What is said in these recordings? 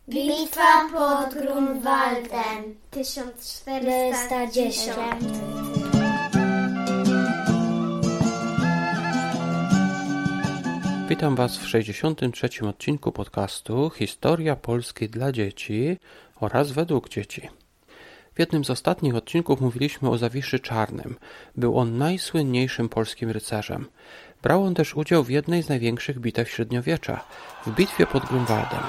Bitwa pod Grunwaldem 1410. Witam Was w 63. odcinku podcastu Historia Polski dla dzieci oraz według dzieci. W jednym z ostatnich odcinków mówiliśmy o Zawiszy Czarnym. Był on najsłynniejszym polskim rycerzem. Brał on też udział w jednej z największych bitew średniowiecza, w bitwie pod Grunwaldem.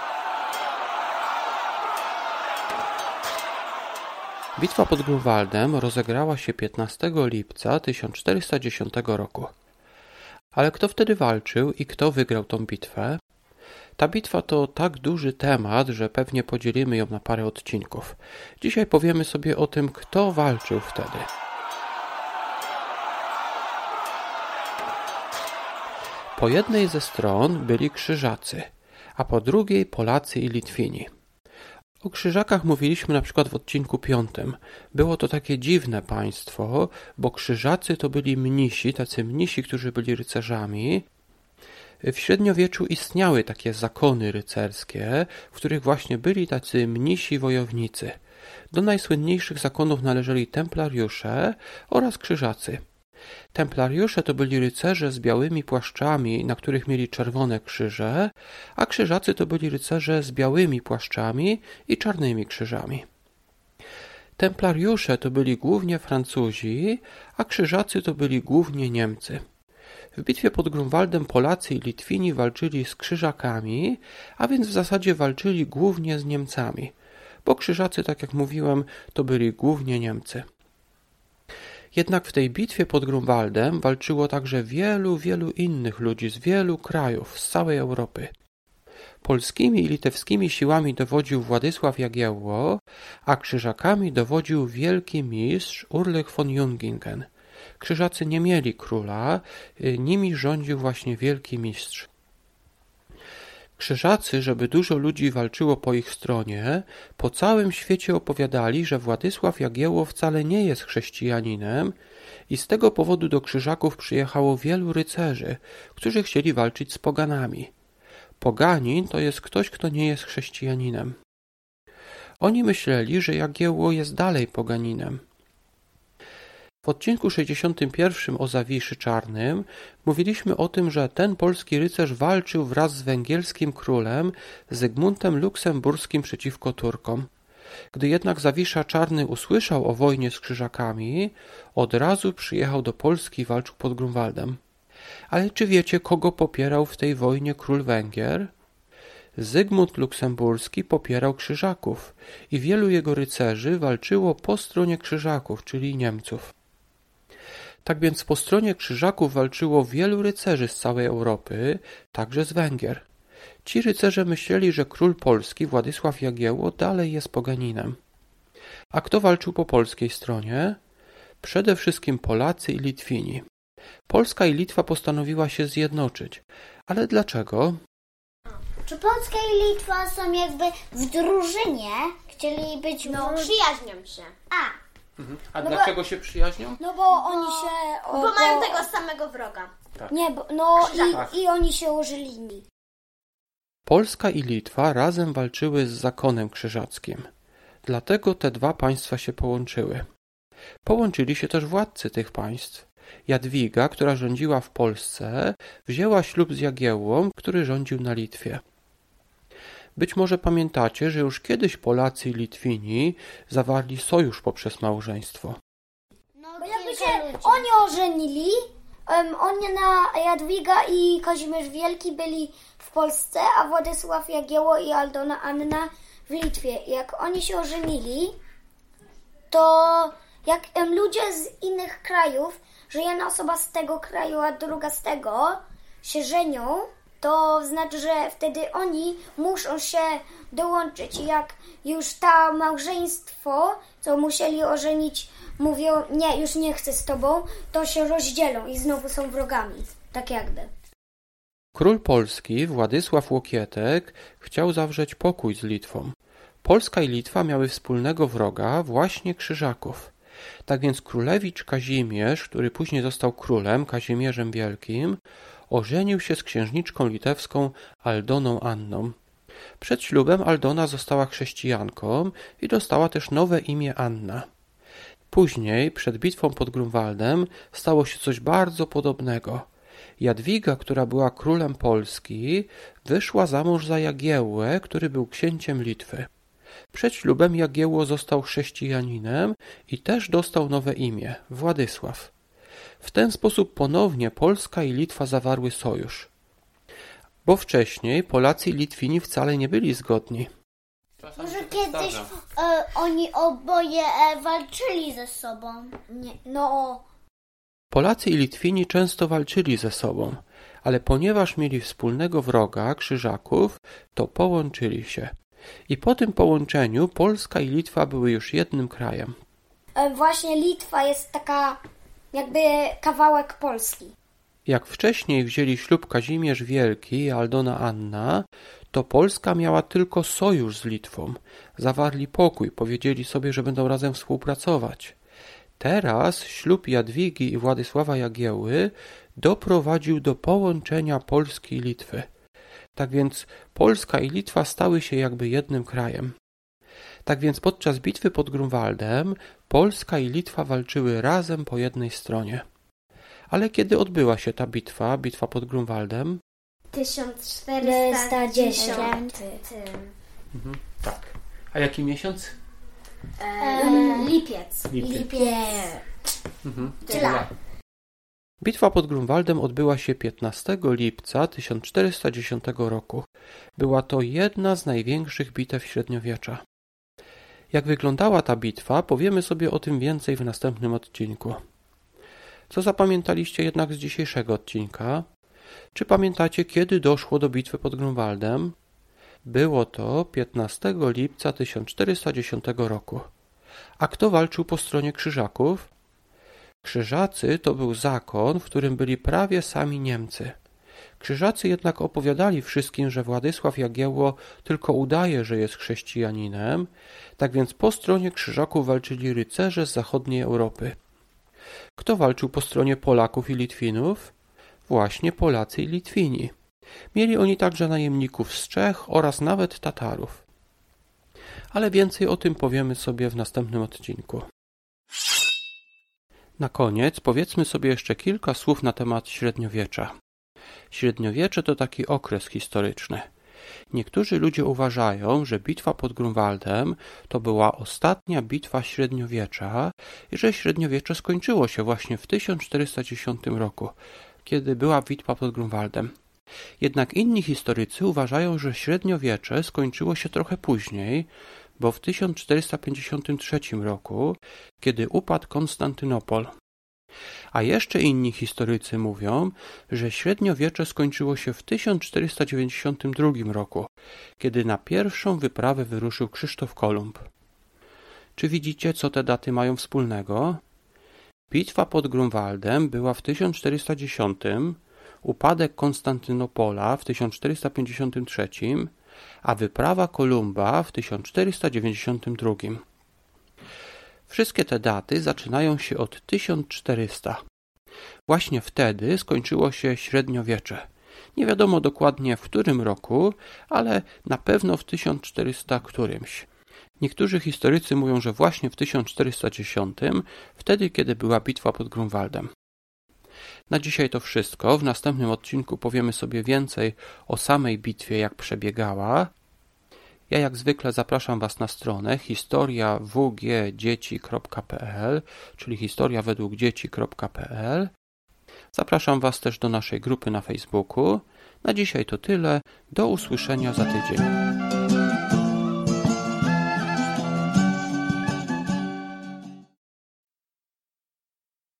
Bitwa pod Grunwaldem rozegrała się 15 lipca 1410 roku. Ale kto wtedy walczył i kto wygrał tą bitwę? Ta bitwa to tak duży temat, że pewnie podzielimy ją na parę odcinków. Dzisiaj powiemy sobie o tym, kto walczył wtedy. Po jednej ze stron byli Krzyżacy, a po drugiej Polacy i Litwini. O Krzyżakach mówiliśmy na przykład w odcinku 5. Było to takie dziwne państwo, bo Krzyżacy to byli mnisi, tacy mnisi, którzy byli rycerzami. W średniowieczu istniały takie zakony rycerskie, w których właśnie byli tacy mnisi wojownicy. Do najsłynniejszych zakonów należeli templariusze oraz Krzyżacy. Templariusze to byli rycerze z białymi płaszczami, na których mieli czerwone krzyże, a Krzyżacy to byli rycerze z białymi płaszczami i czarnymi krzyżami. Templariusze to byli głównie Francuzi, a Krzyżacy to byli głównie Niemcy. W bitwie pod Grunwaldem Polacy i Litwini walczyli z Krzyżakami, a więc w zasadzie walczyli głównie z Niemcami, bo Krzyżacy, tak jak mówiłem, to byli głównie Niemcy. Jednak w tej bitwie pod Grunwaldem walczyło także wielu innych ludzi z wielu krajów, z całej Europy. Polskimi i litewskimi siłami dowodził Władysław Jagiełło, a Krzyżakami dowodził wielki mistrz Ulrych von Jungingen. Krzyżacy nie mieli króla, nimi rządził właśnie wielki mistrz. Krzyżacy, żeby dużo ludzi walczyło po ich stronie, po całym świecie opowiadali, że Władysław Jagiełło wcale nie jest chrześcijaninem i z tego powodu do Krzyżaków przyjechało wielu rycerzy, którzy chcieli walczyć z poganami. Poganin to jest ktoś, kto nie jest chrześcijaninem. Oni myśleli, że Jagiełło jest dalej poganinem. W odcinku 61 o Zawiszy Czarnym mówiliśmy o tym, że ten polski rycerz walczył wraz z węgierskim królem Zygmuntem Luksemburskim przeciwko Turkom. Gdy jednak Zawisza Czarny usłyszał o wojnie z Krzyżakami, od razu przyjechał do Polski i walczył pod Grunwaldem. Ale czy wiecie, kogo popierał w tej wojnie król Węgier? Zygmunt Luksemburski popierał Krzyżaków i wielu jego rycerzy walczyło po stronie Krzyżaków, czyli Niemców. Tak więc po stronie Krzyżaków walczyło wielu rycerzy z całej Europy, także z Węgier. Ci rycerze myśleli, że król Polski, Władysław Jagiełło, dalej jest poganinem. A kto walczył po polskiej stronie? Przede wszystkim Polacy i Litwini. Polska i Litwa postanowiła się zjednoczyć. Ale dlaczego? Czy Polska i Litwa są jakby w drużynie? Chcieli być przyjaźnią się. A dlaczego się przyjaźnią? No bo oni się... Bo mają tego samego wroga. Tak. Nie, i oni się ożenili. Polska i Litwa razem walczyły z zakonem krzyżackim. Dlatego te dwa państwa się połączyły. Połączyli się też władcy tych państw. Jadwiga, która rządziła w Polsce, wzięła ślub z Jagiełłą, który rządził na Litwie. Być może pamiętacie, że już kiedyś Polacy i Litwini zawarli sojusz poprzez małżeństwo. Bo jakby się oni ożenili, Jadwiga i Kazimierz Wielki byli w Polsce, a Władysław Jagiełło i Aldona Anna w Litwie. Jak oni się ożenili, to jak ludzie z innych krajów, że jedna osoba z tego kraju, a druga z tego się żenią, to znaczy, że wtedy oni muszą się dołączyć. Jak już to małżeństwo, co musieli ożenić, mówią, nie, już nie chcę z tobą, to się rozdzielą i znowu są wrogami. Tak jakby. Król Polski, Władysław Łokietek, chciał zawrzeć pokój z Litwą. Polska i Litwa miały wspólnego wroga, właśnie Krzyżaków. Tak więc królewicz Kazimierz, który później został królem, Kazimierzem Wielkim, ożenił się z księżniczką litewską Aldoną Anną. Przed ślubem Aldona została chrześcijanką i dostała też nowe imię Anna. Później, przed bitwą pod Grunwaldem, stało się coś bardzo podobnego. Jadwiga, która była królem Polski, wyszła za mąż za Jagiełłę, który był księciem Litwy. Przed ślubem Jagiełło został chrześcijaninem i też dostał nowe imię – Władysław. W ten sposób ponownie Polska i Litwa zawarły sojusz. Bo wcześniej Polacy i Litwini wcale nie byli zgodni. Może kiedyś oni oboje walczyli ze sobą. Nie, no, Polacy i Litwini często walczyli ze sobą, ale ponieważ mieli wspólnego wroga, Krzyżaków, to połączyli się. I po tym połączeniu Polska i Litwa były już jednym krajem. właśnie Litwa jest taka jakby kawałek Polski. Jak wcześniej wzięli ślub Kazimierz Wielki i Aldona Anna, to Polska miała tylko sojusz z Litwą. Zawarli pokój, powiedzieli sobie, że będą razem współpracować. Teraz ślub Jadwigi i Władysława Jagiełły doprowadził do połączenia Polski i Litwy. Tak więc Polska i Litwa stały się jakby jednym krajem. Tak więc podczas bitwy pod Grunwaldem Polska i Litwa walczyły razem po jednej stronie. Ale kiedy odbyła się ta bitwa, bitwa pod Grunwaldem? 1410. Tak. A jaki miesiąc? Lipiec. Bitwa pod Grunwaldem odbyła się 15 lipca 1410 roku. Była to jedna z największych bitew średniowiecza. Jak wyglądała ta bitwa, powiemy sobie o tym więcej w następnym odcinku. Co zapamiętaliście jednak z dzisiejszego odcinka? Czy pamiętacie, kiedy doszło do bitwy pod Grunwaldem? Było to 15 lipca 1410 roku. A kto walczył po stronie Krzyżaków? Krzyżacy to był zakon, w którym byli prawie sami Niemcy. Krzyżacy jednak opowiadali wszystkim, że Władysław Jagiełło tylko udaje, że jest chrześcijaninem, tak więc po stronie Krzyżaków walczyli rycerze z zachodniej Europy. Kto walczył po stronie Polaków i Litwinów? Właśnie Polacy i Litwini. Mieli oni także najemników z Czech oraz nawet Tatarów. Ale więcej o tym powiemy sobie w następnym odcinku. Na koniec powiedzmy sobie jeszcze kilka słów na temat średniowiecza. Średniowiecze to taki okres historyczny. Niektórzy ludzie uważają, że bitwa pod Grunwaldem to była ostatnia bitwa średniowiecza i że średniowiecze skończyło się właśnie w 1410 roku, kiedy była bitwa pod Grunwaldem. Jednak inni historycy uważają, że średniowiecze skończyło się trochę później, bo w 1453 roku, kiedy upadł Konstantynopol. A jeszcze inni historycy mówią, że średniowiecze skończyło się w 1492 roku, kiedy na pierwszą wyprawę wyruszył Krzysztof Kolumb. Czy widzicie, co te daty mają wspólnego? Bitwa pod Grunwaldem była w 1410, upadek Konstantynopola w 1453, a wyprawa Kolumba w 1492. Wszystkie te daty zaczynają się od 1400. Właśnie wtedy skończyło się średniowiecze. Nie wiadomo dokładnie w którym roku, ale na pewno w 1400 którymś. Niektórzy historycy mówią, że właśnie w 1410, wtedy kiedy była bitwa pod Grunwaldem. Na dzisiaj to wszystko. W następnym odcinku powiemy sobie więcej o samej bitwie, jak przebiegała. Ja jak zwykle zapraszam Was na stronę historiawgdzieci.pl, czyli historiawedługdzieci.pl. Zapraszam Was też do naszej grupy na Facebooku. Na dzisiaj to tyle. Do usłyszenia za tydzień.